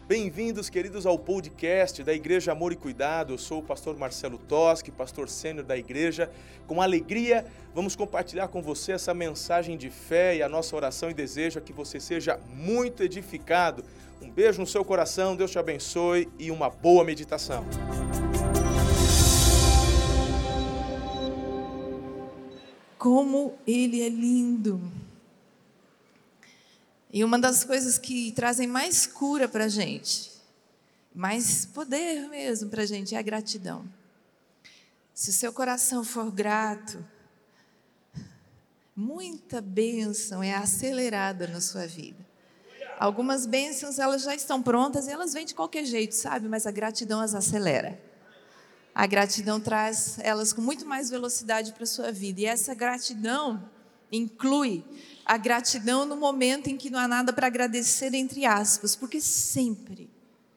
Bem-vindos, queridos, ao podcast da Igreja Amor e Cuidado. Eu sou o pastor Marcelo Toschi, pastor sênior da igreja. Com alegria, vamos compartilhar com você essa mensagem de fé e a nossa oração e desejo é que você seja muito edificado. Um beijo no seu coração, Deus te abençoe e uma boa meditação. Como Ele é lindo! E uma das coisas que trazem mais cura para a gente, mais poder mesmo para a gente, é a gratidão. Se o seu coração for grato, muita bênção é acelerada na sua vida. Algumas bênçãos, elas já estão prontas e elas vêm de qualquer jeito, sabe? Mas a gratidão as acelera. A gratidão traz elas com muito mais velocidade para a sua vida. E essa gratidão inclui a gratidão no momento em que não há nada para agradecer, entre aspas, porque sempre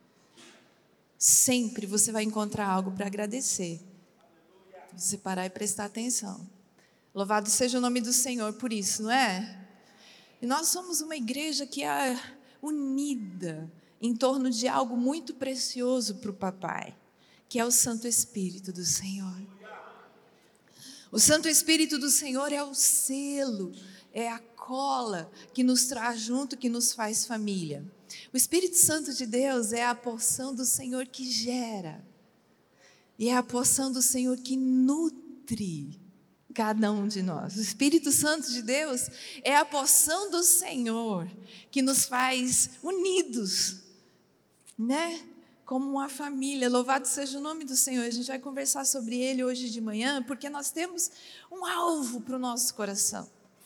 você vai encontrar algo para agradecer. Você parar e prestar atenção. Louvado seja o nome do Senhor por isso, não é? E nós somos uma igreja que é unida em torno de algo muito precioso para o papai, que é o Santo Espírito do Senhor. O Santo Espírito do Senhor é o selo, é a cola que nos traz junto, que nos faz família. O Espírito Santo de Deus é a porção do Senhor que gera. E é a porção do Senhor que nutre cada um de nós. O Espírito Santo de Deus é a porção do Senhor que nos faz unidos, né? Como uma família. Louvado seja o nome do Senhor. A gente vai conversar sobre Ele hoje de manhã, porque nós temos um alvo para o nosso coração.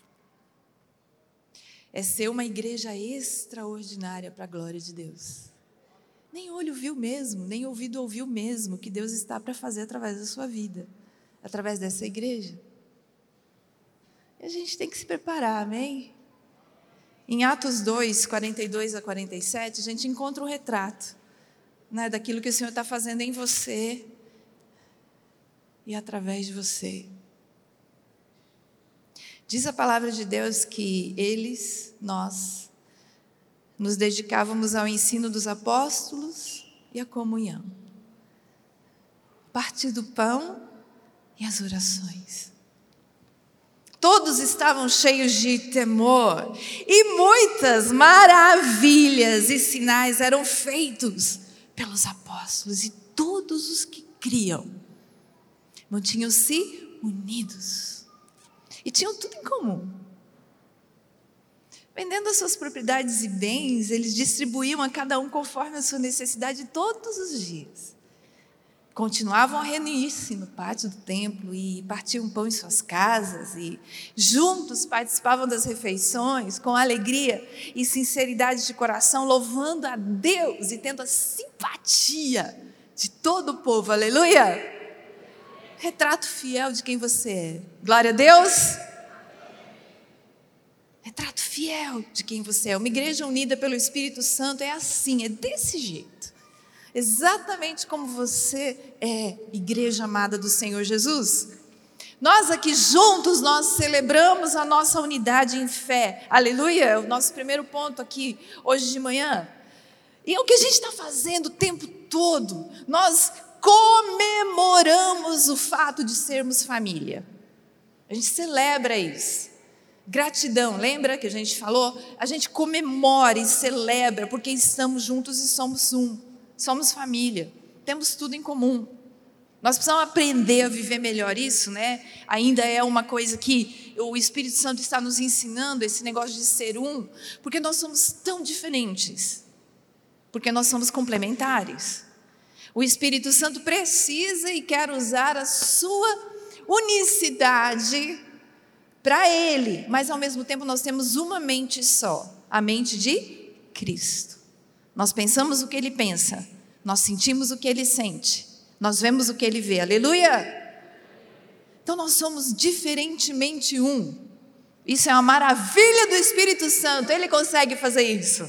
É ser uma igreja extraordinária para a glória de Deus. Nem olho viu mesmo, nem ouvido ouviu mesmo o que Deus está para fazer através da sua vida, através dessa igreja. E a gente tem que se preparar, amém? Em Atos 2, 42 a 47, a gente encontra um retrato, né, daquilo que o Senhor está fazendo em você e através de você. Diz a palavra de Deus que nós, nos dedicávamos ao ensino dos apóstolos e à comunhão, partir do pão e as orações. Todos estavam cheios de temor e muitas maravilhas e sinais eram feitos pelos apóstolos, e todos os que criam mantinham-se unidos e tinham tudo em comum. Vendendo as suas propriedades e bens, eles distribuíam a cada um conforme a sua necessidade todos os dias. Continuavam a reunir-se no pátio do templo e partiam pão em suas casas e juntos participavam das refeições com alegria e sinceridade de coração, louvando a Deus e tendo a simpatia de todo o povo. Aleluia! Retrato fiel de quem você é. Glória a Deus! Retrato fiel de quem você é. Uma igreja unida pelo Espírito Santo é assim, é desse jeito. Exatamente como você é, igreja amada do Senhor Jesus. Nós aqui juntos, nós celebramos a nossa unidade em fé. Aleluia, é o nosso primeiro ponto aqui, hoje de manhã. E é o que a gente está fazendo o tempo todo. Nós comemoramos o fato de sermos família. A gente celebra isso. Gratidão, lembra que a gente falou? A gente comemora e celebra porque estamos juntos e somos um. Somos família, temos tudo em comum. Nós precisamos aprender a viver melhor isso, né? Ainda é uma coisa que o Espírito Santo está nos ensinando, esse negócio de ser um, porque nós somos tão diferentes, porque nós somos complementares. O Espírito Santo precisa e quer usar a sua unicidade para Ele, mas ao mesmo tempo nós temos uma mente só, a mente de Cristo. Nós pensamos o que Ele pensa, nós sentimos o que Ele sente, nós vemos o que Ele vê, aleluia! Então nós somos diferentemente um. Isso é uma maravilha do Espírito Santo, Ele consegue fazer isso.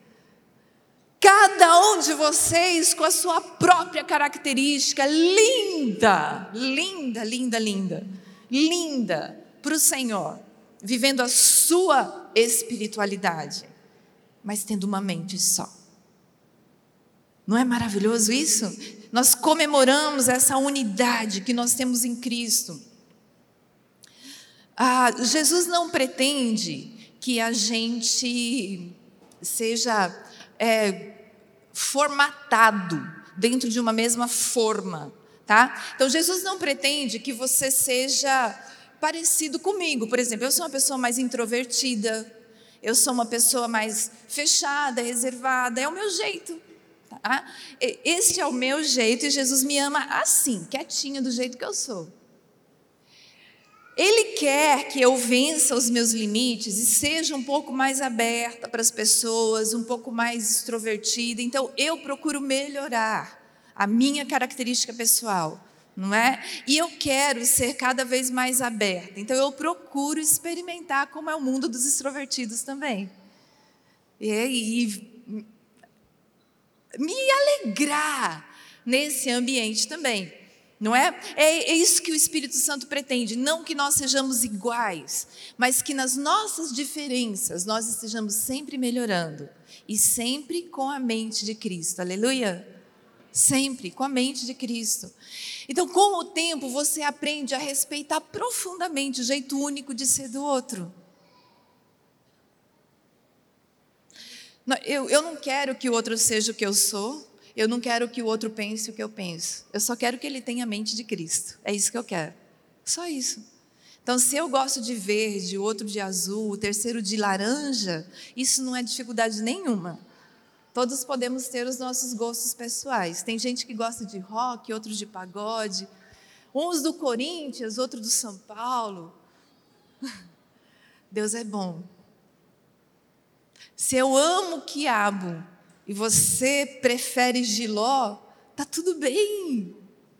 Cada um de vocês com a sua própria característica, linda, linda, linda, linda, linda para o Senhor, vivendo a sua espiritualidade, mas tendo uma mente só. Não é maravilhoso isso? Nós comemoramos essa unidade que nós temos em Cristo. Jesus não pretende que a gente seja formatado dentro de uma mesma forma, tá? Então, Jesus não pretende que você seja parecido comigo. Por exemplo, eu sou uma pessoa mais introvertida, eu sou uma pessoa mais fechada, reservada, é o meu jeito. Tá? Esse é o meu jeito e Jesus me ama assim, quietinha, do jeito que eu sou. Ele quer que eu vença os meus limites e seja um pouco mais aberta para as pessoas, um pouco mais extrovertida. Então, eu procuro melhorar a minha característica pessoal, não é? E eu quero ser cada vez mais aberta. Então, eu procuro experimentar como é o mundo dos extrovertidos também. E me alegrar nesse ambiente também. Não é? É isso que o Espírito Santo pretende, não que nós sejamos iguais, mas que nas nossas diferenças nós estejamos sempre melhorando e sempre com a mente de Cristo, aleluia? Sempre com a mente de Cristo. Então, com o tempo, você aprende a respeitar profundamente o jeito único de ser do outro. Eu não quero que o outro seja o que eu sou. Eu não quero que o outro pense o que eu penso. Eu só quero que ele tenha a mente de Cristo. É isso que eu quero. Só isso. Então, se eu gosto de verde, o outro de azul, o terceiro de laranja, isso não é dificuldade nenhuma. Todos podemos ter os nossos gostos pessoais. Tem gente que gosta de rock, outros de pagode. Uns do Corinthians, outros do São Paulo. Deus é bom. Se eu amo o quiabo e você prefere jiló, tá tudo bem.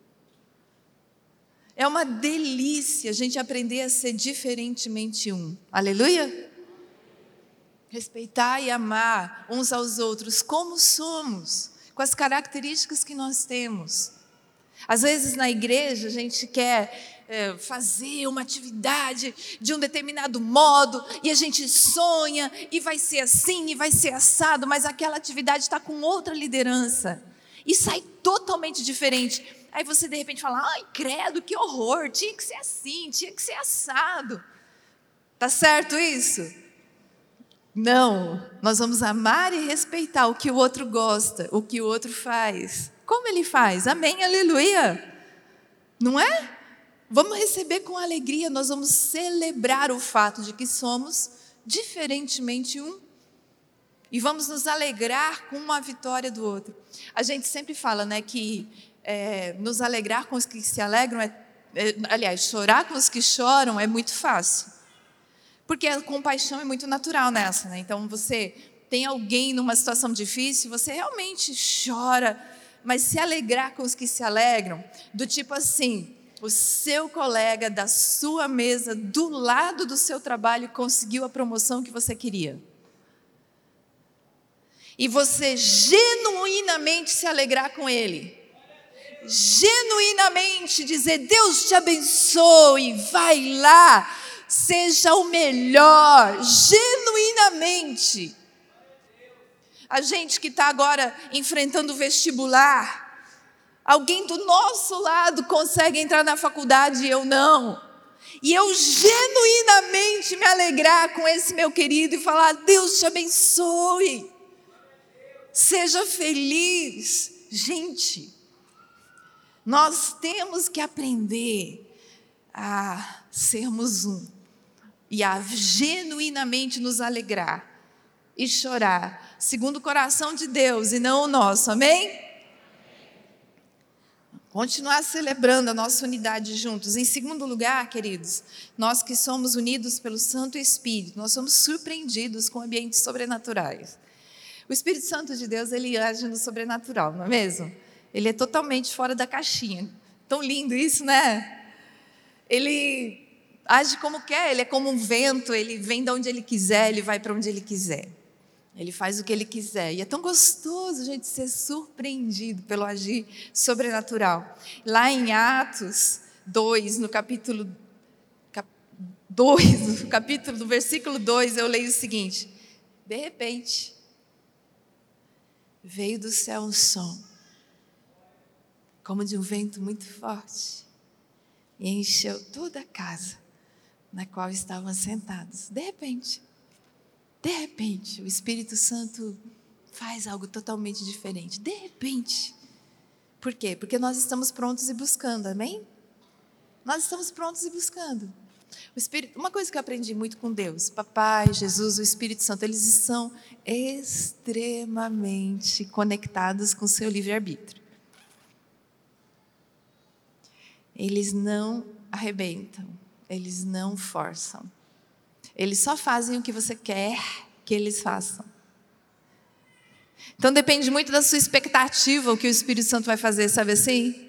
É uma delícia a gente aprender a ser diferentemente um. Aleluia? Respeitar e amar uns aos outros como somos, com as características que nós temos. Às vezes na igreja a gente quer fazer uma atividade de um determinado modo e a gente sonha e vai ser assim e vai ser assado, mas aquela atividade está com outra liderança e sai totalmente diferente. Aí você de repente fala, ai credo, que horror, tinha que ser assim, tinha que ser assado. Tá certo isso? Não, nós vamos amar e respeitar o que o outro gosta, o que o outro faz. Como ele faz? Amém, aleluia. Não é? Vamos receber com alegria, nós vamos celebrar o fato de que somos diferentemente um. E vamos nos alegrar com uma vitória do outro. A gente sempre fala, né, que nos alegrar com os que se alegram, aliás, chorar com os que choram é muito fácil. Porque a compaixão é muito natural nessa, né? Então, você tem alguém numa situação difícil, você realmente chora, mas se alegrar com os que se alegram, do tipo assim, o seu colega da sua mesa, do lado do seu trabalho, conseguiu a promoção que você queria. E você genuinamente se alegrar com ele. Genuinamente dizer, Deus te abençoe, vai lá, seja o melhor, genuinamente. A gente que está agora enfrentando o vestibular, alguém do nosso lado consegue entrar na faculdade e eu não. E eu genuinamente me alegrar com esse meu querido e falar, Deus te abençoe, seja feliz. Gente, nós temos que aprender a sermos um e a genuinamente nos alegrar e chorar, segundo o coração de Deus e não o nosso, amém? Continuar celebrando a nossa unidade juntos. Em segundo lugar, queridos, nós que somos unidos pelo Santo Espírito, nós somos surpreendidos com ambientes sobrenaturais. O Espírito Santo de Deus, ele age no sobrenatural, não é mesmo? Ele é totalmente fora da caixinha. Tão lindo isso, né? Ele age como quer, ele é como um vento, ele vem de onde ele quiser, ele vai para onde ele quiser. Ele faz o que ele quiser. E é tão gostoso a gente ser surpreendido pelo agir sobrenatural. Lá em Atos 2, no capítulo 2, do versículo 2, eu leio o seguinte: de repente, veio do céu um som, como de um vento muito forte, e encheu toda a casa na qual estavam sentados. De repente, o Espírito Santo faz algo totalmente diferente. De repente. Por quê? Porque nós estamos prontos e buscando, amém? Nós estamos prontos e buscando. Uma coisa que eu aprendi muito com Deus, Papai, Jesus, o Espírito Santo, eles são extremamente conectados com o seu livre-arbítrio. Eles não arrebentam, eles não forçam. Eles só fazem o que você quer que eles façam. Então depende muito da sua expectativa o que o Espírito Santo vai fazer, sabe assim?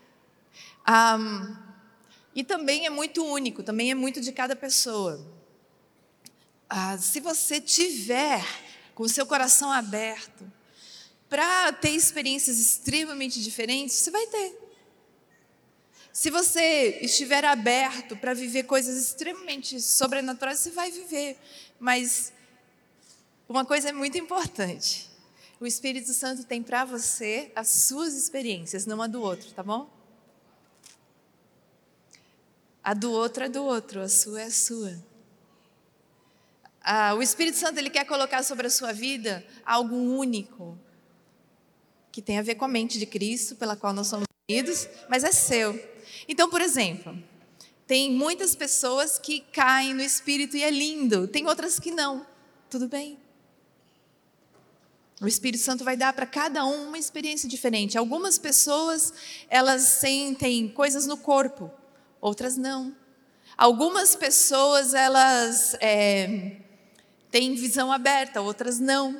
E também é muito único, também é muito de cada pessoa. Se você tiver com o seu coração aberto para ter experiências extremamente diferentes, você vai ter. Se você estiver aberto para viver coisas extremamente sobrenaturais, você vai viver. Mas uma coisa é muito importante. O Espírito Santo tem para você as suas experiências, não a do outro, tá bom? A do outro é do outro, a sua é a sua. O Espírito Santo, ele quer colocar sobre a sua vida algo único, que tem a ver com a mente de Cristo, pela qual nós somos unidos, mas é seu. Então, por exemplo, tem muitas pessoas que caem no Espírito e é lindo, tem outras que não, tudo bem. O Espírito Santo vai dar para cada um uma experiência diferente. Algumas pessoas, elas sentem coisas no corpo, outras não. Algumas pessoas, elas têm visão aberta, outras não.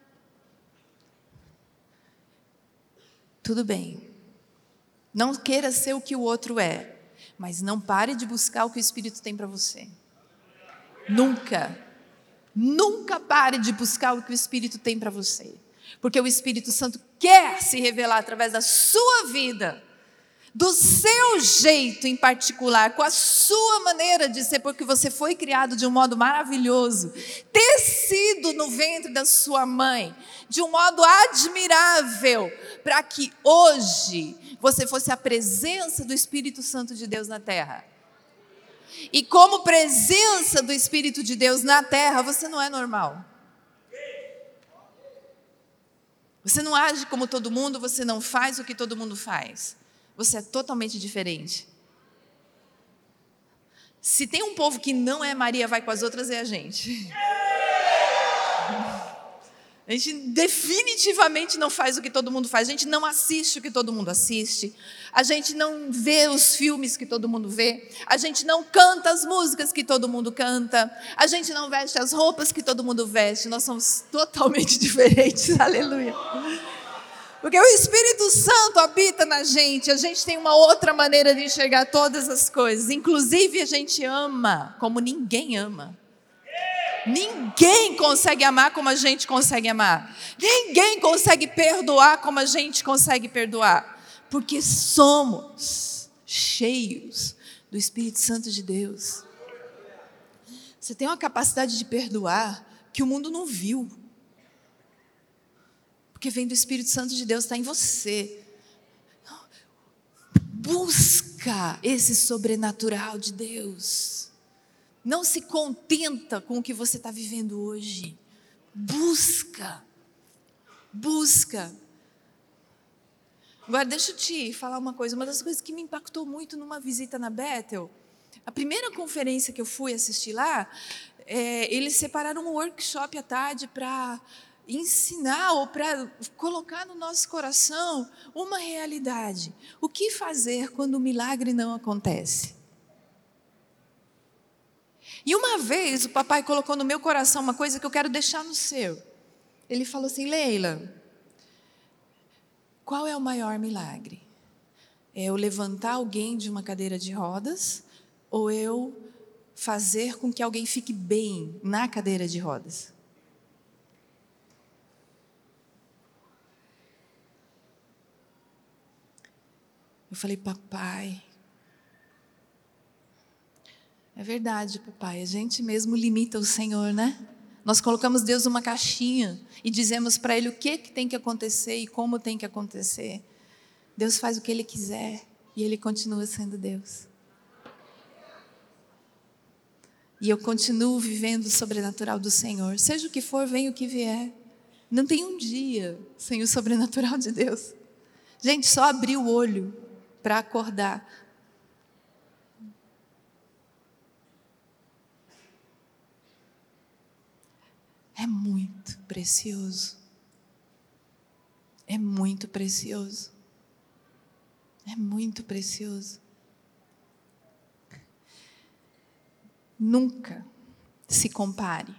Tudo bem. Não queira ser o que o outro é, mas não pare de buscar o que o Espírito tem para você. Nunca pare de buscar o que o Espírito tem para você. Porque o Espírito Santo quer se revelar através da sua vida, do seu jeito em particular, com a sua maneira de ser, porque você foi criado de um modo maravilhoso, tecido no ventre da sua mãe, de um modo admirável, para que hoje você fosse a presença do Espírito Santo de Deus na terra. E como presença do Espírito de Deus na terra, você não é normal. Você não age como todo mundo, você não faz o que todo mundo faz. Você é totalmente diferente. Se tem um povo que não é Maria vai com as outras, é a gente. A gente definitivamente não faz o que todo mundo faz. A gente não assiste o que todo mundo assiste. A gente não vê os filmes que todo mundo vê. A gente não canta as músicas que todo mundo canta. A gente não veste as roupas que todo mundo veste. Nós somos totalmente diferentes. Aleluia. Porque o Espírito Santo habita na gente. A gente tem uma outra maneira de enxergar todas as coisas. Inclusive, a gente ama como ninguém ama. Ninguém consegue amar como a gente consegue amar. Ninguém consegue perdoar como a gente consegue perdoar. Porque somos cheios do Espírito Santo de Deus. Você tem uma capacidade de perdoar que o mundo não viu. Porque vem do Espírito Santo de Deus, está em você. Busca esse sobrenatural de Deus. Não se contenta com o que você está vivendo hoje. Busca. Agora, deixa eu te falar uma coisa. Uma das coisas que me impactou muito numa visita na Bethel, a primeira conferência que eu fui assistir lá, eles separaram um workshop à tarde para ensinar ou para colocar no nosso coração uma realidade. O que fazer quando o milagre não acontece? E uma vez o papai colocou no meu coração uma coisa que eu quero deixar no seu. Ele falou assim: Leila, qual é o maior milagre? É eu levantar alguém de uma cadeira de rodas ou eu fazer com que alguém fique bem na cadeira de rodas? Eu falei: papai, é verdade, papai, a gente mesmo limita o Senhor, né? Nós colocamos Deus numa caixinha e dizemos para Ele o que tem que acontecer e como tem que acontecer. Deus faz o que Ele quiser e Ele continua sendo Deus. E eu continuo vivendo o sobrenatural do Senhor. Seja o que for, venha o que vier. Não tem um dia sem o sobrenatural de Deus. Gente, só abrir o olho para acordar. É muito precioso. É muito precioso. É muito precioso. Nunca se compare.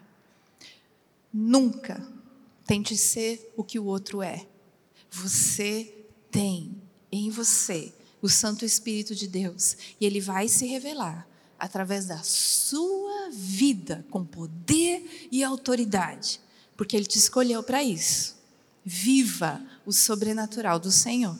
Nunca tente ser o que o outro é. Você tem em você o Santo Espírito de Deus. E Ele vai se revelar através da sua vida, com poder e autoridade. Porque Ele te escolheu para isso. Viva o sobrenatural do Senhor.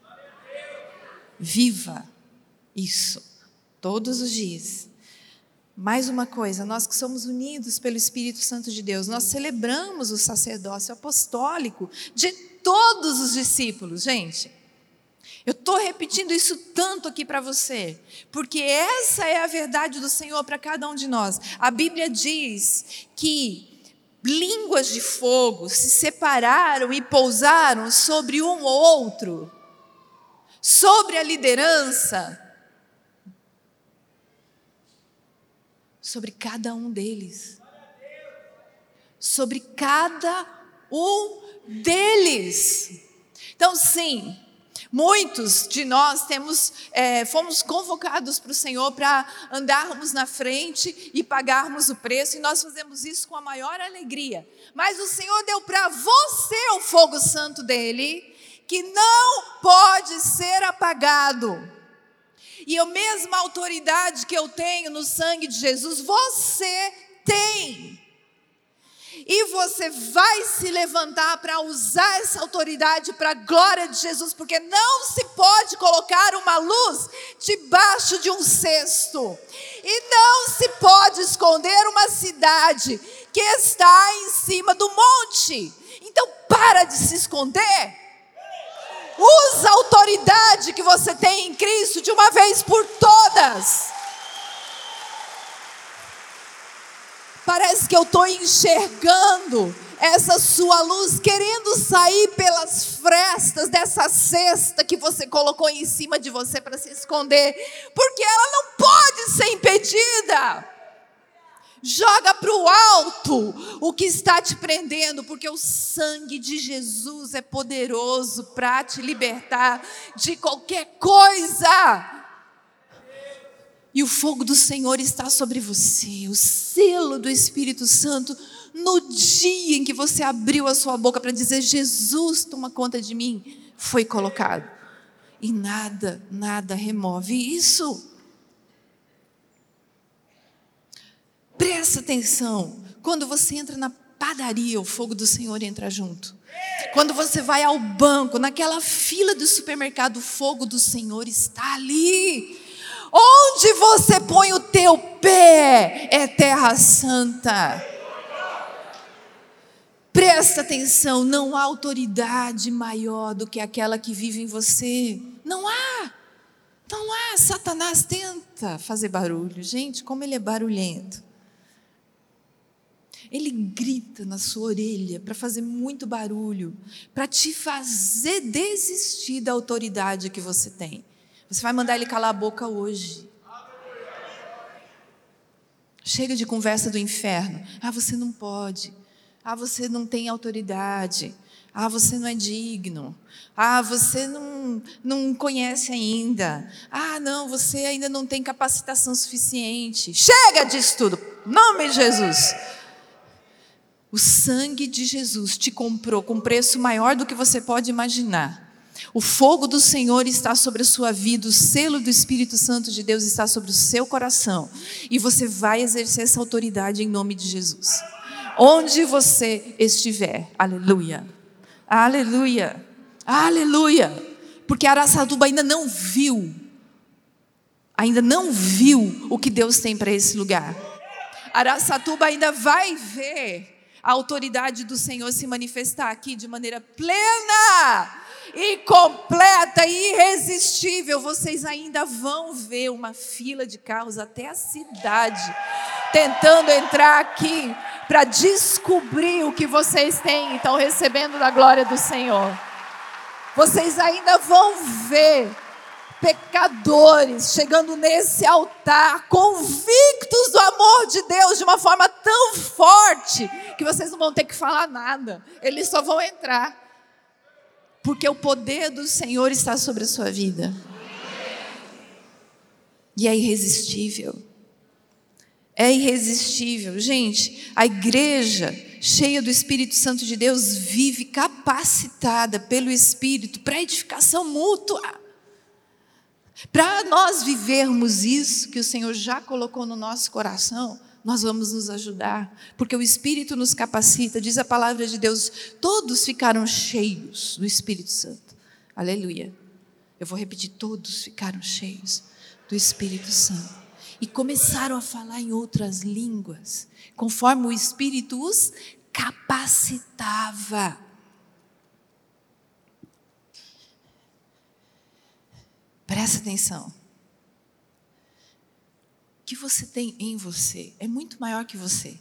Viva isso todos os dias. Mais uma coisa, nós que somos unidos pelo Espírito Santo de Deus, nós celebramos o sacerdócio apostólico de todos os discípulos, gente. Eu estou repetindo isso tanto aqui para você, porque essa é a verdade do Senhor para cada um de nós. A Bíblia diz que línguas de fogo se separaram e pousaram sobre um ou outro, sobre a liderança, sobre cada um deles. Sobre cada um deles. Então, sim, muitos de nós fomos convocados para o Senhor para andarmos na frente e pagarmos o preço, e nós fazemos isso com a maior alegria. Mas o Senhor deu para você o fogo santo dele, que não pode ser apagado. E a mesma autoridade que eu tenho no sangue de Jesus, você tem. E você vai se levantar para usar essa autoridade para a glória de Jesus, porque não se pode colocar uma luz debaixo de um cesto. E não se pode esconder uma cidade que está em cima do monte. Então para de se esconder. Usa a autoridade que você tem em Cristo de uma vez por todas. Parece que eu estou enxergando essa sua luz querendo sair pelas frestas dessa cesta que você colocou em cima de você para se esconder, porque ela não pode ser impedida. Joga para o alto o que está te prendendo, porque o sangue de Jesus é poderoso para te libertar de qualquer coisa. E o fogo do Senhor está sobre você, o selo do Espírito Santo, no dia em que você abriu a sua boca para dizer: Jesus, toma conta de mim, foi colocado. E nada remove isso. Presta atenção, quando você entra na padaria, o fogo do Senhor entra junto. Quando você vai ao banco, naquela fila do supermercado, o fogo do Senhor está ali. Onde você põe o teu pé é terra santa. Presta atenção, não há autoridade maior do que aquela que vive em você. Não há. Satanás tenta fazer barulho. Gente, como ele é barulhento. Ele grita na sua orelha para fazer muito barulho, para te fazer desistir da autoridade que você tem. Você vai mandar ele calar a boca hoje. Chega de conversa do inferno. Você não pode. Você não tem autoridade. Você não é digno. Você não conhece ainda. Não, você ainda não tem capacitação suficiente. Chega disso tudo. Em nome de Jesus. O sangue de Jesus te comprou com preço maior do que você pode imaginar. O fogo do Senhor está sobre a sua vida, o selo do Espírito Santo de Deus está sobre o seu coração. E você vai exercer essa autoridade em nome de Jesus. Onde você estiver, aleluia, aleluia, aleluia. Porque Araçatuba ainda não viu o que Deus tem para esse lugar. Araçatuba ainda vai ver a autoridade do Senhor se manifestar aqui de maneira plena e completa e irresistível, vocês ainda vão ver uma fila de carros até a cidade, tentando entrar aqui para descobrir o que vocês têm e estão recebendo da glória do Senhor. Vocês ainda vão ver pecadores chegando nesse altar, convictos do amor de Deus de uma forma tão forte que vocês não vão ter que falar nada, eles só vão entrar, porque o poder do Senhor está sobre a sua vida e é irresistível. É irresistível. Gente, a igreja cheia do Espírito Santo de Deus vive capacitada pelo Espírito para edificação mútua. Para nós vivermos isso que o Senhor já colocou no nosso coração, nós vamos nos ajudar, porque o Espírito nos capacita. Diz a palavra de Deus, todos ficaram cheios do Espírito Santo. Aleluia. Eu vou repetir, todos ficaram cheios do Espírito Santo. E começaram a falar em outras línguas, conforme o Espírito os capacitava. Presta atenção. O que você tem em você é muito maior que você.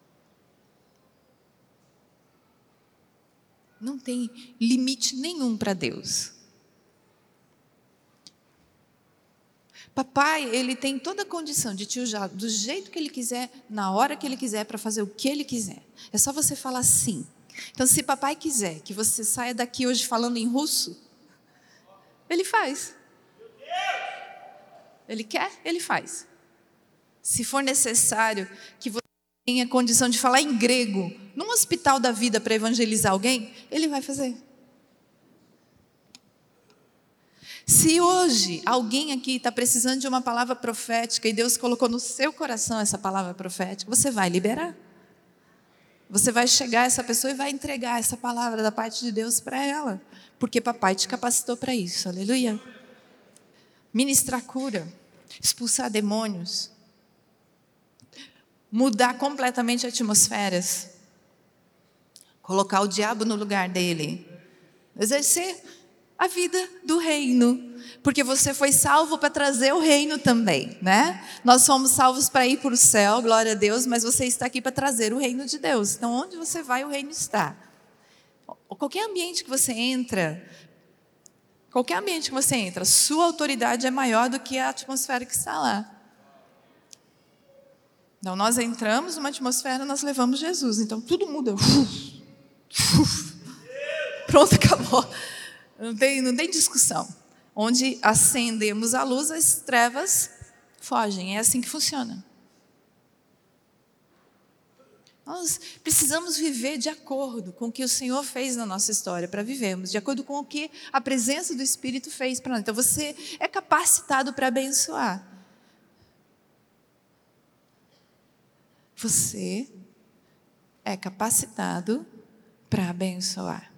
Não tem limite nenhum para Deus. Papai, ele tem toda a condição de te usar do jeito que ele quiser, na hora que ele quiser, para fazer o que ele quiser. É só você falar sim. Então, se papai quiser que você saia daqui hoje falando em russo, ele faz. Ele quer, ele faz. Se for necessário que você tenha condição de falar em grego, num hospital da vida para evangelizar alguém, ele vai fazer. Se hoje alguém aqui está precisando de uma palavra profética e Deus colocou no seu coração essa palavra profética, você vai liberar. Você vai chegar a essa pessoa e vai entregar essa palavra da parte de Deus para ela, porque papai te capacitou para isso, aleluia. Ministrar cura, expulsar demônios, mudar completamente atmosferas, colocar o diabo no lugar dele, exercer a vida do reino, porque você foi salvo para trazer o reino também, né? Nós fomos salvos para ir para o céu, glória a Deus, mas você está aqui para trazer o reino de Deus. Então, onde você vai, o reino está. Qualquer ambiente que você entra, sua autoridade é maior do que a atmosfera que está lá. Então, nós entramos numa atmosfera, nós levamos Jesus. Então, tudo muda. Pronto, acabou. Não tem discussão. Onde acendemos a luz, as trevas fogem. É assim que funciona. Nós precisamos viver de acordo com o que o Senhor fez na nossa história, para vivermos, de acordo com o que a presença do Espírito fez para nós. Então, você é capacitado para abençoar. Você é capacitado para abençoar.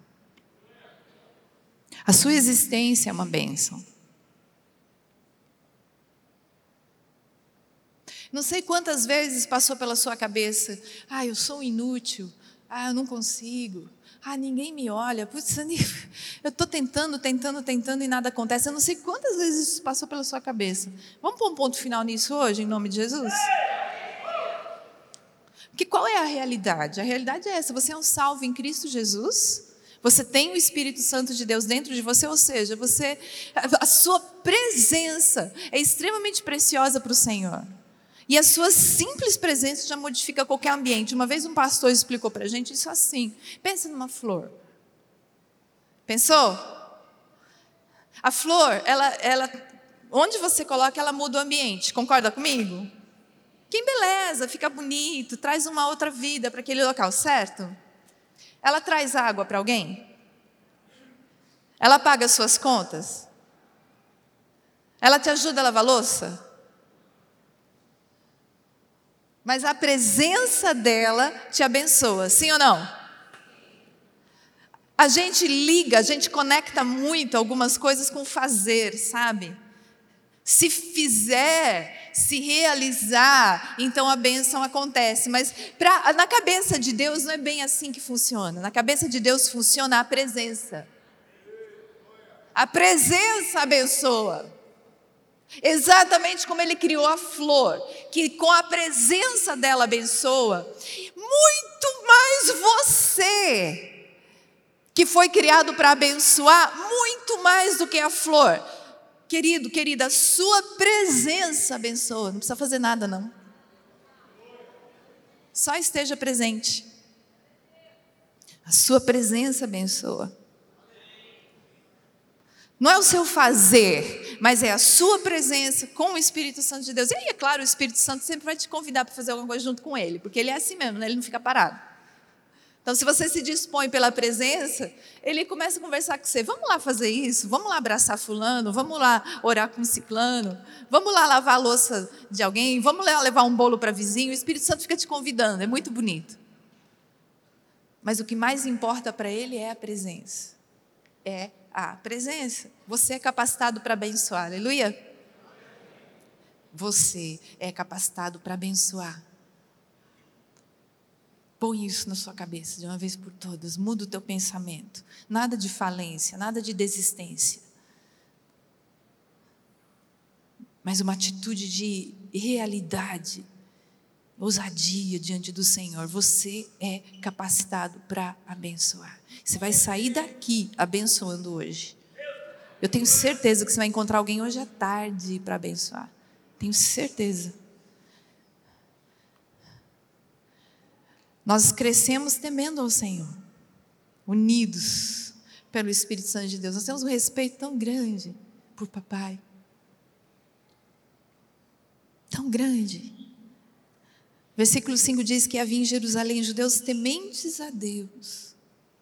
A sua existência é uma bênção. Não sei quantas vezes passou pela sua cabeça, eu sou inútil, eu não consigo, ninguém me olha, putz, eu estou tentando e nada acontece. Eu não sei quantas vezes isso passou pela sua cabeça. Vamos pôr um ponto final nisso hoje, em nome de Jesus? Porque qual é a realidade? A realidade é essa, você é um salvo em Cristo Jesus. Você tem o Espírito Santo de Deus dentro de você, ou seja, a sua presença é extremamente preciosa para o Senhor. E a sua simples presença já modifica qualquer ambiente. Uma vez um pastor explicou para a gente isso assim. Pensa numa flor. Pensou? A flor, ela, onde você coloca, ela muda o ambiente. Concorda comigo? Que beleza, fica bonito, traz uma outra vida para aquele local, certo? Ela traz água para alguém? Ela paga as suas contas? Ela te ajuda a lavar louça? Mas a presença dela te abençoa, sim ou não? A gente liga, a gente conecta muito algumas coisas com fazer, sabe? Se fizer, se realizar, então a bênção acontece. Mas na cabeça de Deus não é bem assim que funciona. Na cabeça de Deus funciona a presença. A presença abençoa. Exatamente como Ele criou a flor, que com a presença dela abençoa. Muito mais você, que foi criado para abençoar, muito mais do que a flor. Querido, querida, a sua presença abençoa. Não precisa fazer nada, não. Só esteja presente. A sua presença abençoa. Não é o seu fazer, mas é a sua presença com o Espírito Santo de Deus. E aí, é claro, o Espírito Santo sempre vai te convidar para fazer alguma coisa junto com Ele, porque Ele é assim mesmo, né? Ele não fica parado. Então, se você se dispõe pela presença, Ele começa a conversar com você. Vamos lá fazer isso? Vamos lá abraçar fulano? Vamos lá orar com ciclano? Vamos lá lavar a louça de alguém? Vamos lá levar um bolo para vizinho? O Espírito Santo fica te convidando, é muito bonito. Mas o que mais importa para Ele é a presença. É a presença. Você é capacitado para abençoar, aleluia? Você é capacitado para abençoar. Põe isso na sua cabeça de uma vez por todas. Muda o teu pensamento. Nada de falência, nada de desistência. Mas uma atitude de realidade, ousadia diante do Senhor. Você é capacitado para abençoar. Você vai sair daqui abençoando hoje. Eu tenho certeza que você vai encontrar alguém hoje à tarde para abençoar. Tenho certeza. Nós crescemos temendo ao Senhor, unidos pelo Espírito Santo de Deus. Nós temos um respeito tão grande por papai. Tão grande. Versículo 5 diz que havia em Jerusalém judeus tementes a Deus,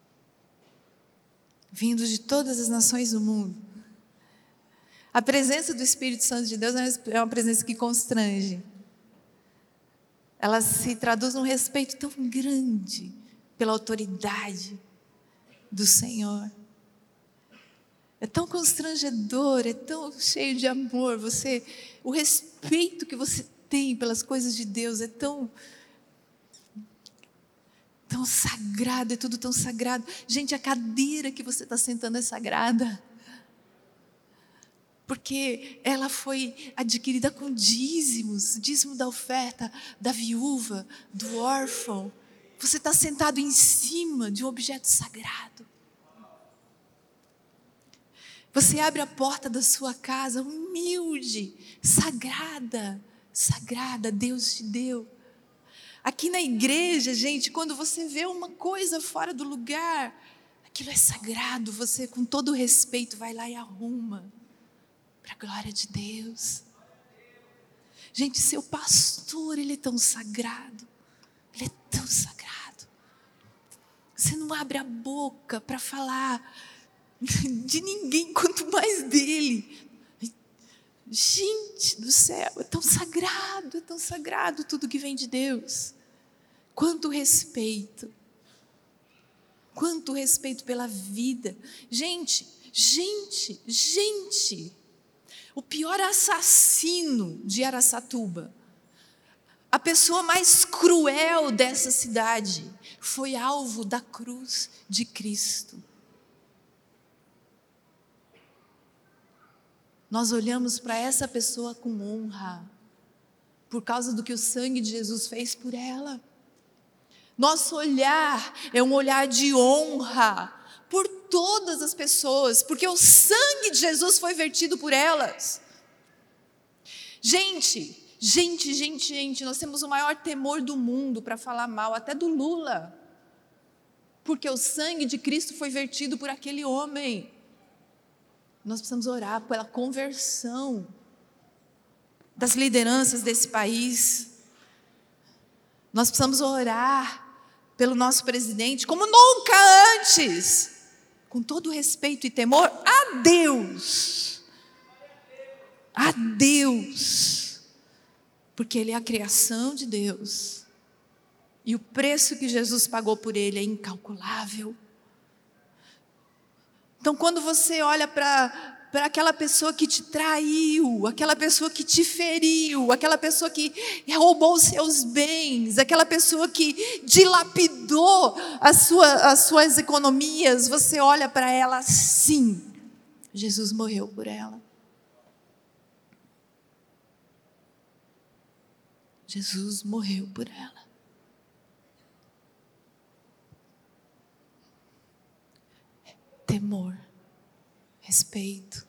vindos de todas as nações do mundo. A presença do Espírito Santo de Deus é uma presença que constrange. Ela se traduz num respeito tão grande pela autoridade do Senhor. É tão constrangedor, é tão cheio de amor. O respeito que você tem pelas coisas de Deus é tão sagrado, é tudo tão sagrado. Gente, a cadeira que você está sentando é sagrada. Porque ela foi adquirida com dízimos, dízimo da oferta, da viúva, do órfão. Você está sentado em cima de um objeto sagrado. Você abre a porta da sua casa, humilde, sagrada, Deus te deu. Aqui na igreja, gente, quando você vê uma coisa fora do lugar, aquilo é sagrado, você com todo respeito vai lá e arruma. Para a glória de Deus. Gente, seu pastor, ele é tão sagrado. Ele é tão sagrado. Você não abre a boca para falar de ninguém, quanto mais dele. Gente do céu, é tão sagrado tudo que vem de Deus. Quanto respeito pela vida. Gente. O pior assassino de Araçatuba, a pessoa mais cruel dessa cidade, foi alvo da cruz de Cristo. Nós olhamos para essa pessoa com honra, por causa do que o sangue de Jesus fez por ela. Nosso olhar é um olhar de honra por todas as pessoas, porque o sangue de Jesus foi vertido por elas. Gente, nós temos o maior temor do mundo para falar mal, até do Lula, porque o sangue de Cristo foi vertido por aquele homem. Nós precisamos orar pela conversão das lideranças desse país. Nós precisamos orar pelo nosso presidente como nunca antes, com todo respeito e temor a Deus, porque Ele é a criação de Deus, e o preço que Jesus pagou por Ele é incalculável. Então, quando você olha para para aquela pessoa que te traiu, aquela pessoa que te feriu, aquela pessoa que roubou os seus bens, aquela pessoa que dilapidou as suas economias. Você olha para ela assim. Jesus morreu por ela. Jesus morreu por ela. Temor, respeito.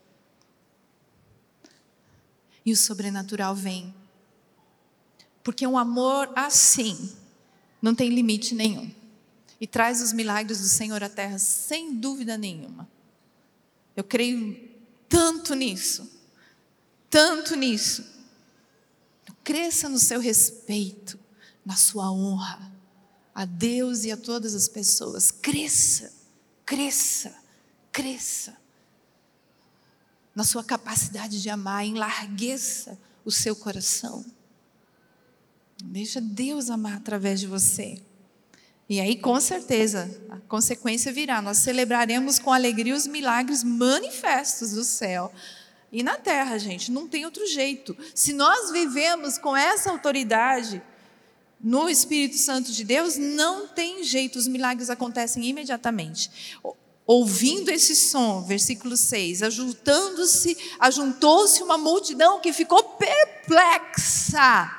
E o sobrenatural vem. Porque um amor assim não tem limite nenhum. E traz os milagres do Senhor à terra sem dúvida nenhuma. Eu creio tanto nisso. Tanto nisso. Cresça no seu respeito, na sua honra a Deus e a todas as pessoas. Cresça, cresça, cresça na sua capacidade de amar, enlargueça o seu coração. Deixa Deus amar através de você. E aí, com certeza, a consequência virá. Nós celebraremos com alegria os milagres manifestos do céu. E na terra, gente, não tem outro jeito. Se nós vivemos com essa autoridade no Espírito Santo de Deus, não tem jeito, os milagres acontecem imediatamente. Ouvindo esse som, versículo 6, ajuntou-se uma multidão que ficou perplexa,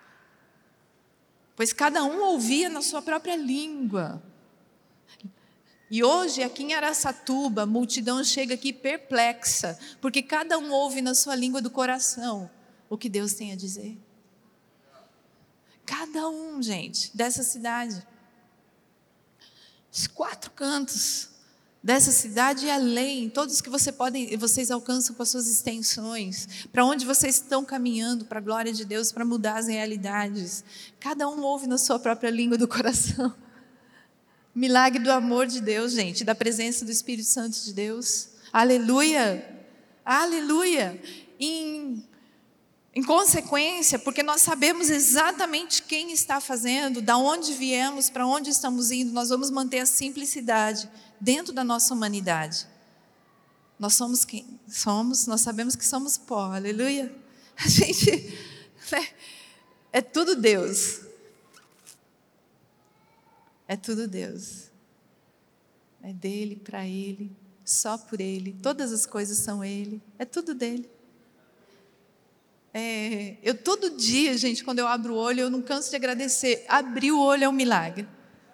pois cada um ouvia na sua própria língua. E hoje, aqui em Araçatuba, a multidão chega aqui perplexa, porque cada um ouve na sua língua do coração o que Deus tem a dizer. Cada um, gente, dessa cidade. Os 4 cantos dessa cidade e além, todos que vocês alcançam com as suas extensões, para onde vocês estão caminhando, para a glória de Deus, para mudar as realidades. Cada um ouve na sua própria língua do coração. Milagre do amor de Deus, gente, da presença do Espírito Santo de Deus. Aleluia! Aleluia! Em consequência, porque nós sabemos exatamente quem está fazendo, da onde viemos, para onde estamos indo, nós vamos manter a simplicidade dentro da nossa humanidade. Nós somos quem somos, nós sabemos que somos pó, aleluia. A gente, é tudo Deus. É tudo Deus. É dele, para ele, só por ele. Todas as coisas são ele. É tudo dele. Eu todo dia, gente, quando eu abro o olho, eu não canso de agradecer. Abrir o olho é um milagre.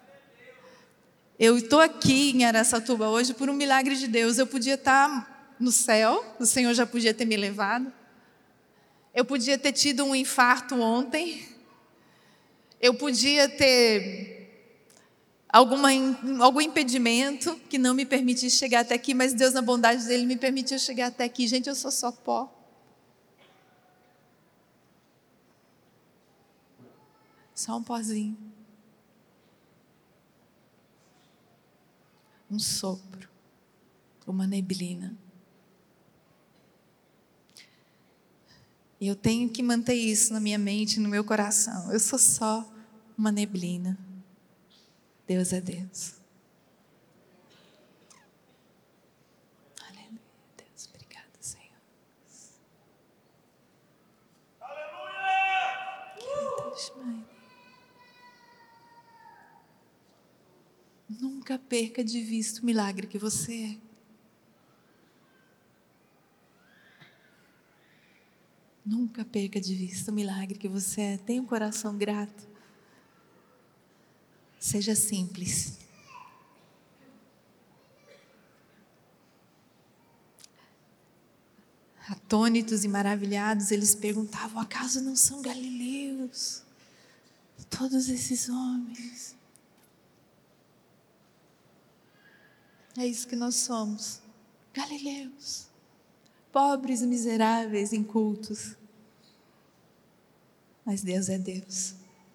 Eu estou aqui em Araçatuba hoje por um milagre de Deus. Eu podia estar no céu, o Senhor já podia ter me levado. Eu podia ter tido um infarto ontem. Eu podia ter algum impedimento que não me permitisse chegar até aqui, mas Deus, na bondade dele, me permitiu chegar até aqui. Gente, eu sou só pó. Só um pozinho. Um sopro. Uma neblina. E eu tenho que manter isso na minha mente, no meu coração. Eu sou só uma neblina. Deus é Deus. Aleluia, Deus. Obrigada, Senhor. Aleluia! Nunca perca de vista o milagre que você é. Nunca perca de vista o milagre que você é. Tenha um coração grato. Seja simples. Atônitos e maravilhados, eles perguntavam: acaso não são galileus todos esses homens? É isso que nós somos, galileus, pobres e miseráveis, incultos. Mas Deus é Deus.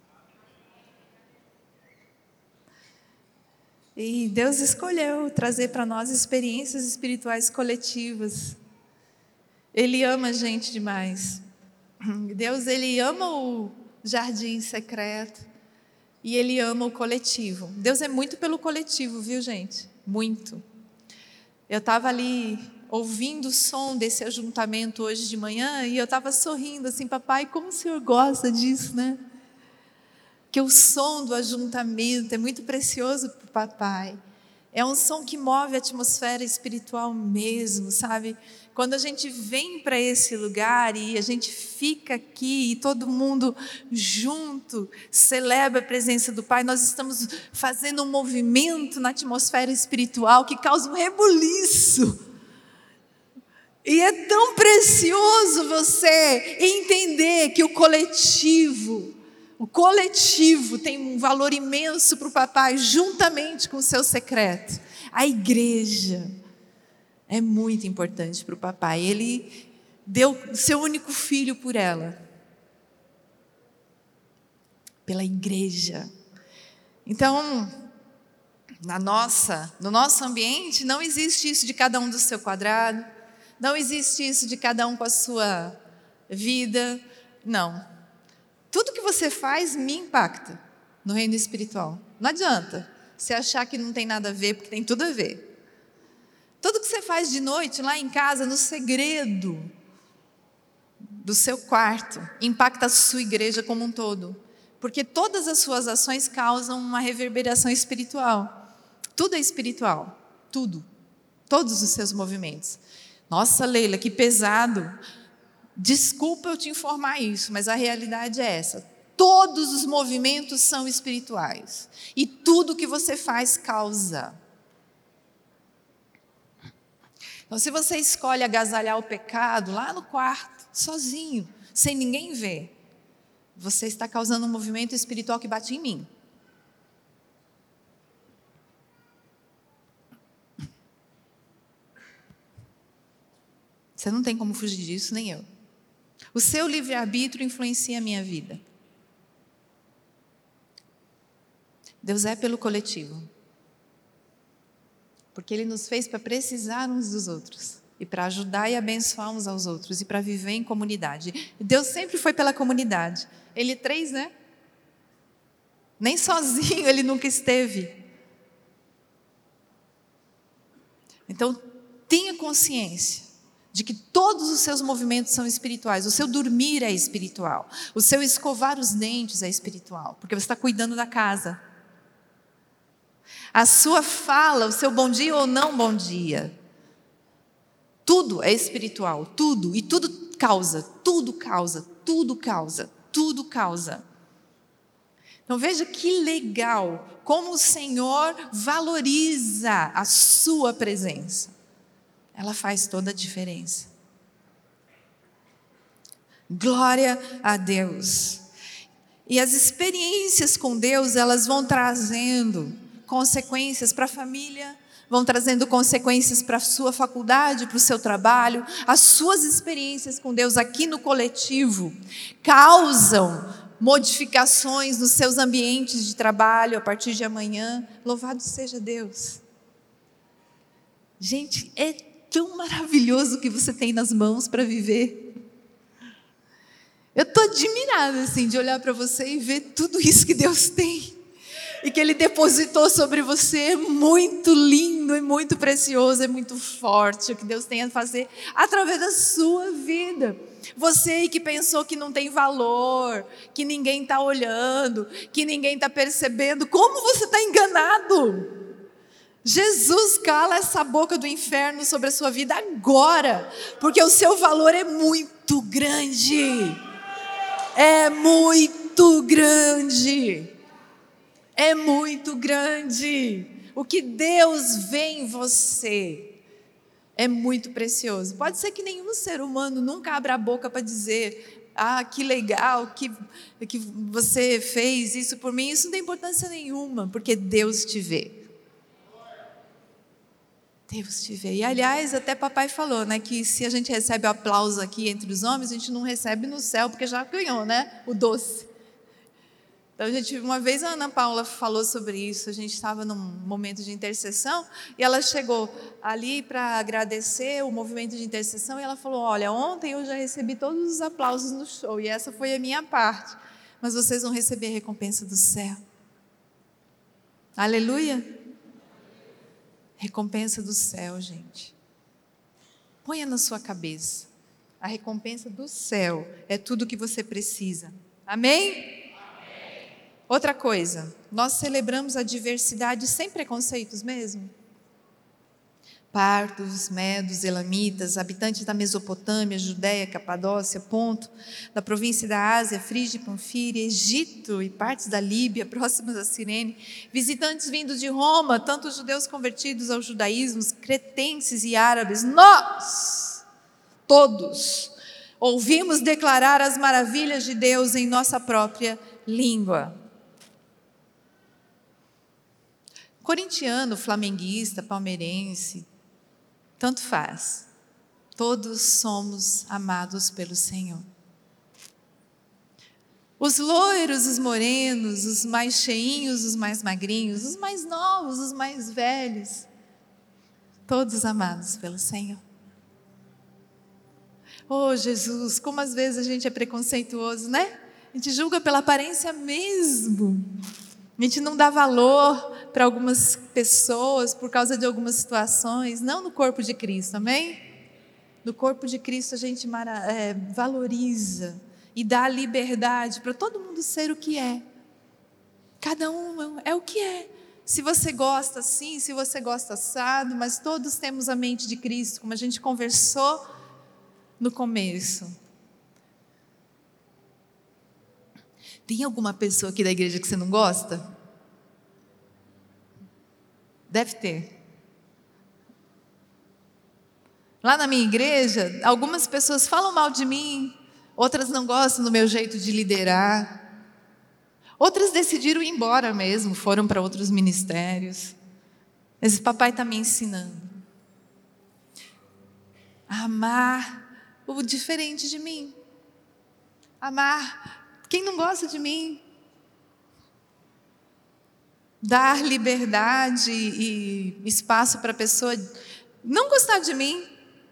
E Deus escolheu trazer para nós experiências espirituais coletivas. Ele ama a gente demais. Deus, Ele ama o jardim secreto e Ele ama o coletivo. Deus é muito pelo coletivo, viu, gente? Muito. Eu estava ali ouvindo o som desse ajuntamento hoje de manhã, e eu estava sorrindo assim, papai, como o senhor gosta disso, né? Que o som do ajuntamento é muito precioso para o papai. É um som que move a atmosfera espiritual mesmo, sabe? Quando a gente vem para esse lugar e a gente fica aqui e todo mundo junto celebra a presença do Pai, nós estamos fazendo um movimento na atmosfera espiritual que causa um rebuliço. E é tão precioso você entender que o coletivo tem um valor imenso para o papai, juntamente com o seu secreto. A igreja é muito importante para o papai. Ele deu o seu único filho por ela, pela igreja. Então, no nosso ambiente, não existe isso de cada um do seu quadrado, não existe isso de cada um com a sua vida, não. Tudo que você faz me impacta no reino espiritual. Não adianta você achar que não tem nada a ver, porque tem tudo a ver. Tudo que você faz de noite, lá em casa, no segredo do seu quarto, impacta a sua igreja como um todo. Porque todas as suas ações causam uma reverberação espiritual. Tudo é espiritual. Tudo. Todos os seus movimentos. Nossa, Leila, que pesado. Desculpa eu te informar isso, mas a realidade é essa. Todos os movimentos são espirituais. E tudo que você faz causa. Então, se você escolhe agasalhar o pecado lá no quarto, sozinho, sem ninguém ver, você está causando um movimento espiritual que bate em mim. Você não tem como fugir disso, nem eu. O seu livre-arbítrio influencia a minha vida. Deus é pelo coletivo. Porque Ele nos fez para precisar uns dos outros. E para ajudar e abençoar uns aos outros. E para viver em comunidade. Deus sempre foi pela comunidade. Ele 3, né? Nem sozinho Ele nunca esteve. Então, tenha consciência de que todos os seus movimentos são espirituais. O seu dormir é espiritual. O seu escovar os dentes é espiritual, porque você está cuidando da casa. A sua fala, o seu bom dia ou não bom dia, tudo é espiritual, tudo. E tudo causa, tudo causa, tudo causa, tudo causa. Então veja que legal, como o Senhor valoriza a sua presença. Ela faz toda a diferença. Glória a Deus. E as experiências com Deus, elas vão trazendo consequências para a família, vão trazendo consequências para a sua faculdade, para o seu trabalho. As suas experiências com Deus aqui no coletivo causam modificações nos seus ambientes de trabalho a partir de amanhã. Louvado seja Deus. Gente, é tão maravilhoso o que você tem nas mãos para viver. Eu estou admirada assim, de olhar para você e ver tudo isso que Deus tem. E que Ele depositou sobre você. É muito lindo, é muito precioso, é muito forte o que Deus tem a fazer através da sua vida. Você aí que pensou que não tem valor, que ninguém está olhando, que ninguém está percebendo, como você está enganado? Jesus cala essa boca do inferno sobre a sua vida agora, porque o seu valor é muito grande. É muito grande. É muito grande. O que Deus vê em você é muito precioso. Pode ser que nenhum ser humano nunca abra a boca para dizer: ah, que legal, que você fez isso por mim. Isso não tem importância nenhuma, porque Deus te vê. Deus te vê. E aliás, até papai falou, né, que se a gente recebe o aplauso aqui entre os homens, a gente não recebe no céu, porque já ganhou, né, o doce. Então, uma vez a Ana Paula falou sobre isso, a gente estava num momento de intercessão, e ela chegou ali para agradecer o movimento de intercessão, e ela falou: olha, ontem eu já recebi todos os aplausos no show, e essa foi a minha parte, mas vocês vão receber a recompensa do céu. Aleluia! Recompensa do céu, gente. Ponha na sua cabeça. A recompensa do céu é tudo o que você precisa. Amém? Outra coisa, nós celebramos a diversidade sem preconceitos mesmo? Partos, medos, elamitas, habitantes da Mesopotâmia, Judéia, Capadócia, Ponto, da província da Ásia, Frígia e Panfíria, Egito e partes da Líbia, próximas a Cirene, visitantes vindos de Roma, tanto judeus convertidos ao judaísmo, cretenses e árabes, nós, todos, ouvimos declarar as maravilhas de Deus em nossa própria língua. Corintiano, flamenguista, palmeirense, tanto faz. Todos somos amados pelo Senhor. Os loiros, os morenos, os mais cheinhos, os mais magrinhos, os mais novos, os mais velhos, todos amados pelo Senhor. Oh, Jesus, como às vezes a gente é preconceituoso, né? A gente julga pela aparência mesmo. A gente não dá valor para algumas pessoas por causa de algumas situações, não no corpo de Cristo, amém? No corpo de Cristo a gente valoriza e dá liberdade para todo mundo ser o que é. Cada um é o que é. Se você gosta assim, se você gosta assado, mas todos temos a mente de Cristo, como a gente conversou no começo. Tem alguma pessoa aqui da igreja que você não gosta? Deve ter. Lá na minha igreja, algumas pessoas falam mal de mim, outras não gostam do meu jeito de liderar, outras decidiram ir embora mesmo, foram para outros ministérios. Mas o papai está me ensinando a amar o diferente de mim, amar quem não gosta de mim, dar liberdade e espaço para a pessoa não gostar de mim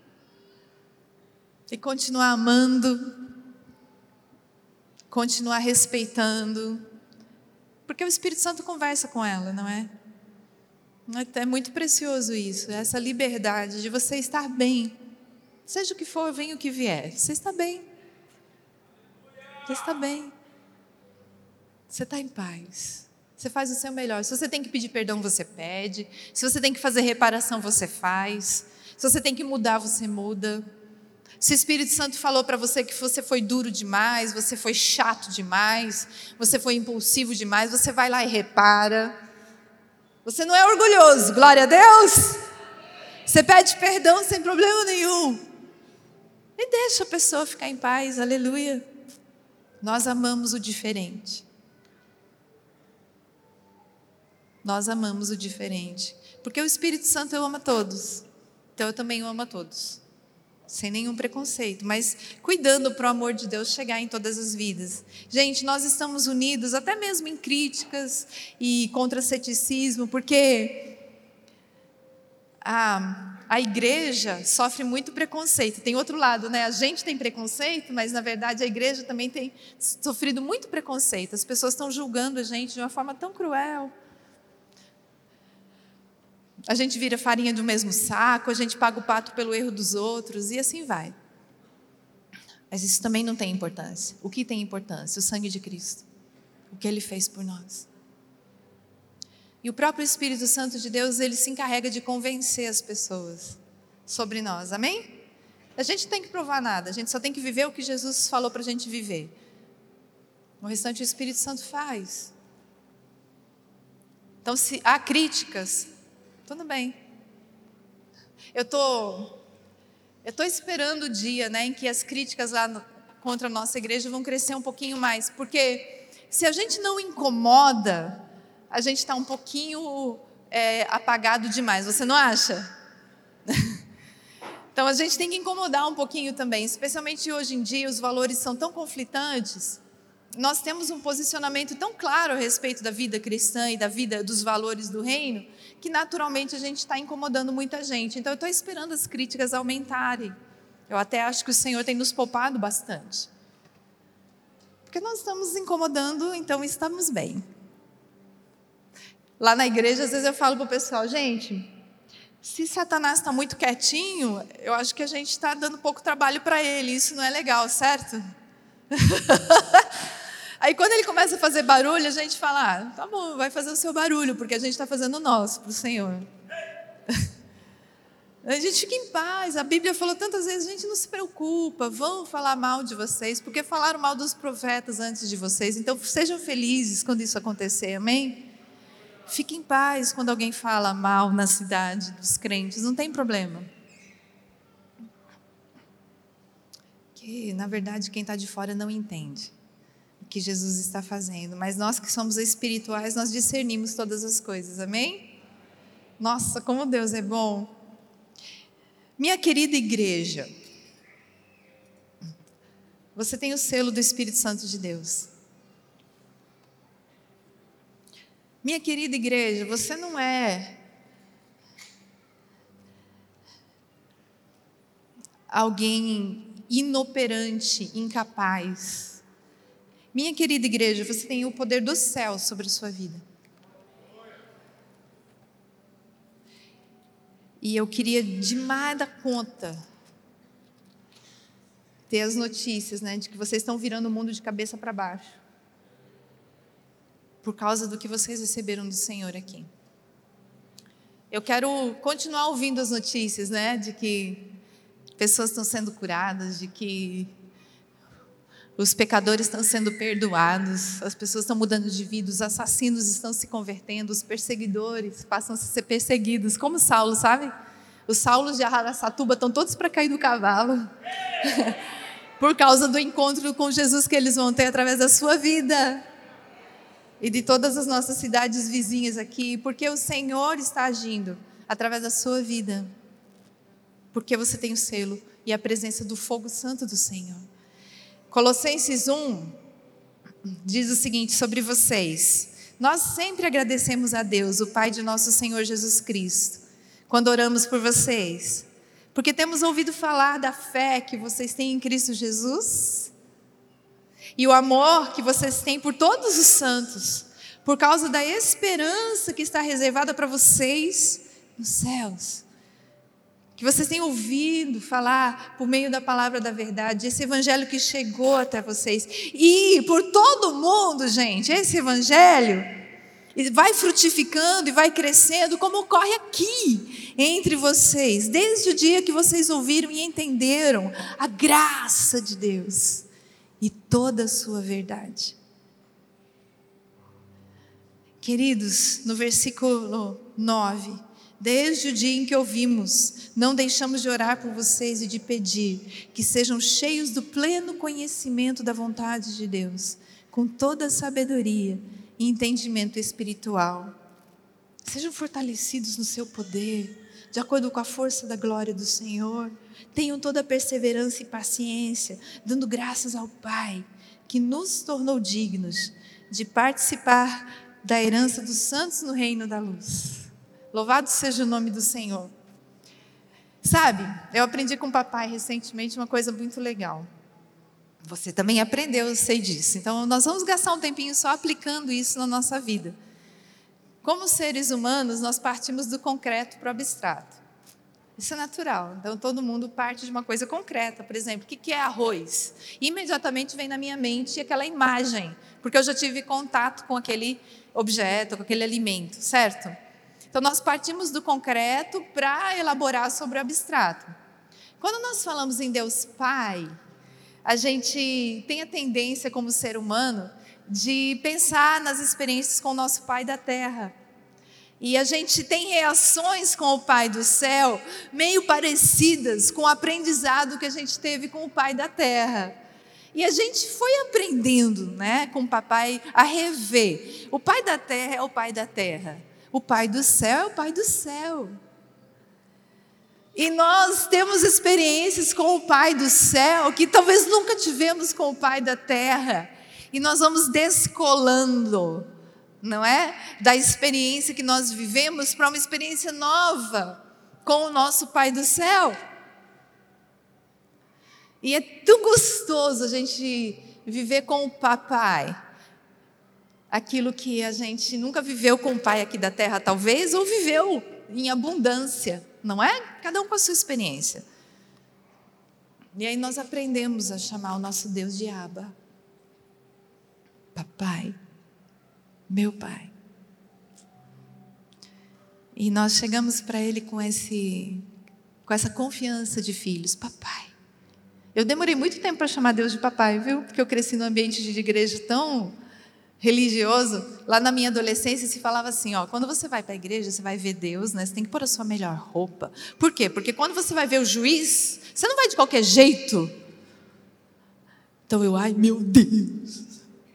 e continuar amando, continuar respeitando, porque o Espírito Santo conversa com ela, não é? É muito precioso isso, essa liberdade de você estar bem, seja o que for, venha o que vier, você está bem. Você está bem, você está em paz, você faz o seu melhor. Se você tem que pedir perdão, você pede. Se você tem que fazer reparação, você faz. Se você tem que mudar, você muda. Se o Espírito Santo falou para você que você foi duro demais, você foi chato demais, você foi impulsivo demais, você vai lá e repara. Você não é orgulhoso, glória a Deus. Você pede perdão sem problema nenhum e deixa a pessoa ficar em paz, aleluia. Nós amamos o diferente. Nós amamos o diferente. Porque o Espírito Santo ama todos. Então eu também amo a todos. Sem nenhum preconceito. Mas cuidando para o amor de Deus chegar em todas as vidas. Gente, nós estamos unidos até mesmo em críticas e contra ceticismo. Porque a igreja sofre muito preconceito. Tem outro lado, né? A gente tem preconceito, mas na verdade a igreja também tem sofrido muito preconceito. As pessoas estão julgando a gente de uma forma tão cruel. A gente vira farinha do mesmo saco, a gente paga o pato pelo erro dos outros e assim vai. Mas isso também não tem importância. O que tem importância? O sangue de Cristo. O que Ele fez por nós. E o próprio Espírito Santo de Deus, ele se encarrega de convencer as pessoas sobre nós, amém? A gente não tem que provar nada, a gente só tem que viver o que Jesus falou para a gente viver. O restante o Espírito Santo faz. Então, se há críticas, tudo bem. Eu tô esperando o dia, né, em que as críticas lá contra a nossa igreja vão crescer um pouquinho mais, porque se a gente não incomoda, a gente está um pouquinho apagado demais, você não acha? Então a gente tem que incomodar um pouquinho também, especialmente hoje em dia os valores são tão conflitantes, nós temos um posicionamento tão claro a respeito da vida cristã e da vida dos valores do reino, que naturalmente a gente está incomodando muita gente. Então eu estou esperando as críticas aumentarem, eu até acho que o Senhor tem nos poupado bastante, porque nós estamos incomodando, então estamos bem. Lá na igreja, às vezes eu falo para o pessoal, gente, Se Satanás está muito quietinho, eu acho que a gente está dando pouco trabalho para ele. Isso não é legal, certo? Aí quando ele começa a fazer barulho, a gente fala, tá bom, vai fazer o seu barulho, porque a gente está fazendo o nosso para o Senhor. A gente fica em paz. A Bíblia falou tantas vezes, a gente não se preocupa, vão falar mal de vocês, porque falaram mal dos profetas antes de vocês. Então sejam felizes quando isso acontecer, amém? Fique em paz quando alguém fala mal na cidade dos crentes, não tem problema. Que, na verdade, quem está de fora não entende o que Jesus está fazendo, mas nós que somos espirituais, nós discernimos todas as coisas, amém? Nossa, como Deus é bom. Minha querida igreja, você tem o selo do Espírito Santo de Deus. Minha querida igreja, você não é alguém inoperante, incapaz. Minha querida igreja, você tem o poder do céu sobre a sua vida. E eu queria demais da conta ter as notícias, né, de que vocês estão virando o mundo de cabeça para baixo. Por causa do que vocês receberam do Senhor aqui. Eu quero continuar ouvindo as notícias, né, de que pessoas estão sendo curadas, de que os pecadores estão sendo perdoados, as pessoas estão mudando de vida, os assassinos estão se convertendo, os perseguidores passam a ser perseguidos, como Saulo, sabe? Os Saulos de Araçatuba estão todos para cair do cavalo, por causa do encontro com Jesus que eles vão ter através da sua vida, e de todas as nossas cidades vizinhas aqui, porque o Senhor está agindo através da sua vida, porque você tem o selo e a presença do fogo santo do Senhor. Colossenses 1 diz o seguinte sobre vocês: nós sempre agradecemos a Deus, o Pai de nosso Senhor Jesus Cristo, quando oramos por vocês, porque temos ouvido falar da fé que vocês têm em Cristo Jesus e o amor que vocês têm por todos os santos, por causa da esperança que está reservada para vocês nos céus. Que vocês têm ouvido falar por meio da palavra da verdade, esse evangelho que chegou até vocês. E por todo mundo, gente, esse evangelho vai frutificando e vai crescendo, como ocorre aqui entre vocês, desde o dia que vocês ouviram e entenderam a graça de Deus e toda a sua verdade. Queridos, no versículo 9... desde o dia em que ouvimos, não deixamos de orar por vocês e de pedir que sejam cheios do pleno conhecimento da vontade de Deus, com toda a sabedoria e entendimento espiritual. Sejam fortalecidos no seu poder, de acordo com a força da glória do Senhor. Tenham toda a perseverança e paciência, dando graças ao Pai, que nos tornou dignos de participar da herança dos santos no reino da luz. Louvado seja o nome do Senhor. Sabe, eu aprendi com o papai recentemente uma coisa muito legal. Você também aprendeu, eu sei disso. Então nós vamos gastar um tempinho só aplicando isso na nossa vida. Como seres humanos, nós partimos do concreto para o abstrato. Isso é natural. Então todo mundo parte de uma coisa concreta. Por exemplo, o que é arroz? Imediatamente vem na minha mente aquela imagem, porque eu já tive contato com aquele objeto, com aquele alimento, certo? Então, nós partimos do concreto para elaborar sobre o abstrato. Quando nós falamos em Deus Pai, a gente tem a tendência, como ser humano, de pensar nas experiências com o nosso Pai da Terra. E a gente tem reações com o Pai do Céu meio parecidas com o aprendizado que a gente teve com o Pai da Terra. E a gente foi aprendendo, né, com o papai a rever. O Pai da Terra é o Pai da Terra. O Pai do Céu é o Pai do Céu. E nós temos experiências com o Pai do Céu que talvez nunca tivemos com o Pai da Terra. E nós vamos descolando, não é? Da experiência que nós vivemos para uma experiência nova com o nosso Pai do Céu. E é tão gostoso a gente viver com o papai. Aquilo que a gente nunca viveu com o Pai aqui da terra, talvez, ou viveu em abundância. não é? Cada um com a sua experiência. E aí nós aprendemos a chamar o nosso Deus de Abba. Papai, meu Pai. E nós chegamos para Ele com essa confiança de filhos. Papai. Eu demorei muito tempo para chamar Deus de papai, viu? Porque eu cresci num ambiente de igreja tão religioso. Lá na minha adolescência se falava assim, quando você vai para a igreja, você vai ver Deus, né? Você tem que pôr a sua melhor roupa. Por quê? Porque quando você vai ver o juiz, você não vai de qualquer jeito. Então ai meu Deus.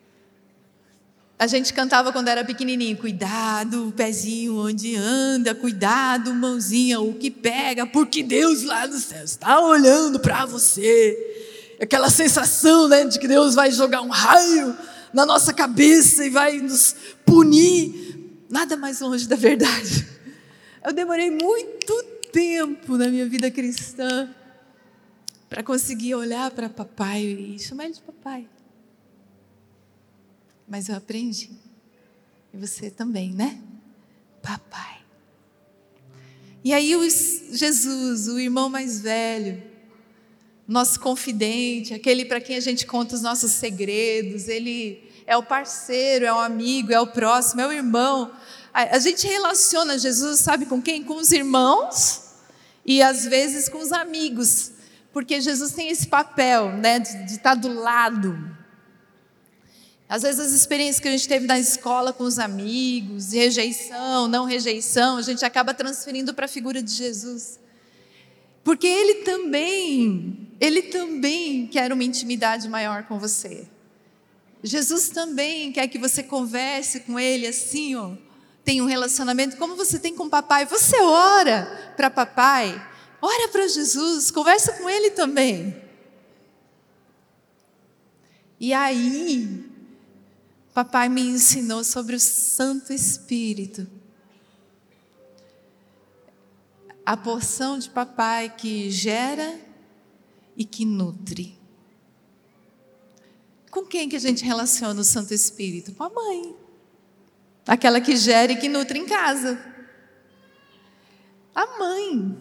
A gente cantava quando era pequenininho, cuidado, o pezinho onde anda, cuidado, mãozinha, o que pega, porque Deus lá no céu está olhando para você. Aquela sensação, né, de que Deus vai jogar um raio na nossa cabeça e vai nos punir. Nada mais longe da verdade. Eu demorei muito tempo na minha vida cristã para conseguir olhar para papai e chamar ele de papai. Mas eu aprendi. E você também, né? Papai. E aí Jesus, o irmão mais velho, nosso confidente, aquele para quem a gente conta os nossos segredos, ele é o parceiro, é o amigo, é o próximo, é o irmão. A gente relaciona Jesus, sabe com quem? Com os irmãos e às vezes com os amigos. Porque Jesus tem esse papel, né, de estar do lado. Às vezes as experiências que a gente teve na escola com os amigos, de rejeição, não rejeição, a gente acaba transferindo para a figura de Jesus. Porque Ele também quer uma intimidade maior com você. Jesus também quer que você converse com Ele assim, tenha um relacionamento como você tem com o papai. Você ora para papai, ora para Jesus, conversa com Ele também. E aí, papai me ensinou sobre o Santo Espírito. A porção de papai que gera e que nutre. Com quem que a gente relaciona o Santo Espírito? Com a mãe. Aquela que gera e que nutre em casa. A mãe.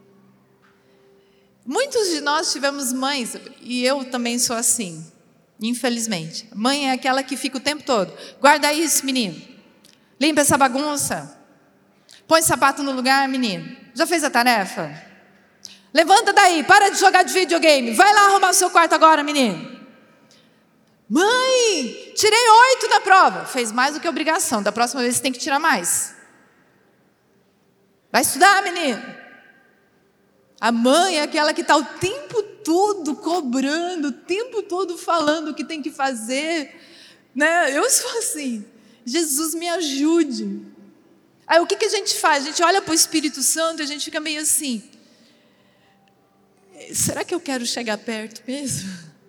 Muitos de nós tivemos mães, e eu também sou assim. Infelizmente. Mãe é aquela que fica o tempo todo. Guarda isso, menino. Limpa essa bagunça. Põe o sapato no lugar, menino. Já fez a tarefa? Levanta daí, para de jogar de videogame. Vai lá arrumar o seu quarto agora, menino. Mãe, tirei 8 na prova. Fez mais do que obrigação. Da próxima vez você tem que tirar mais. Vai estudar, menino. A mãe é aquela que está o tempo todo cobrando, o tempo todo falando o que tem que fazer, né? Eu sou assim. Jesus me ajude. Aí o que a gente faz? A gente olha para o Espírito Santo e a gente fica meio assim, será que eu quero chegar perto mesmo?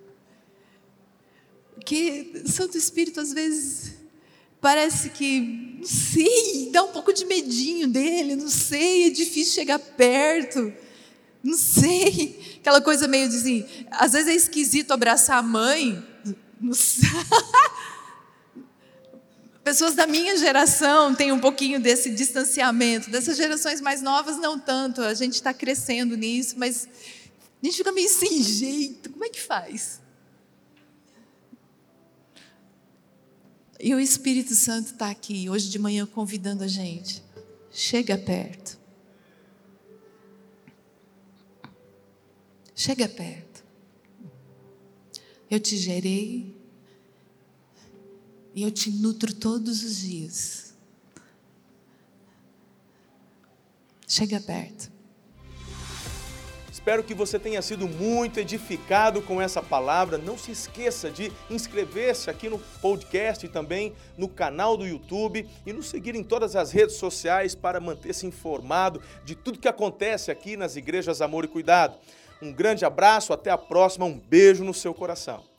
Porque o Santo Espírito às vezes parece que, não sei, dá um pouco de medinho dele, não sei, é difícil chegar perto. Não sei, aquela coisa meio de assim, às vezes é esquisito abraçar a mãe. Não sei. Pessoas da minha geração têm um pouquinho desse distanciamento, dessas gerações mais novas não tanto, a gente está crescendo nisso, mas a gente fica meio sem jeito, como é que faz? E o Espírito Santo está aqui, hoje de manhã, convidando a gente, chega perto. Chega perto. Eu te gerei e eu te nutro todos os dias. Chega perto. Espero que você tenha sido muito edificado com essa palavra. Não se esqueça de inscrever-se aqui no podcast e também no canal do YouTube e nos seguir em todas as redes sociais para manter-se informado de tudo que acontece aqui nas Igrejas Amor e Cuidado. Um grande abraço, até a próxima, um beijo no seu coração.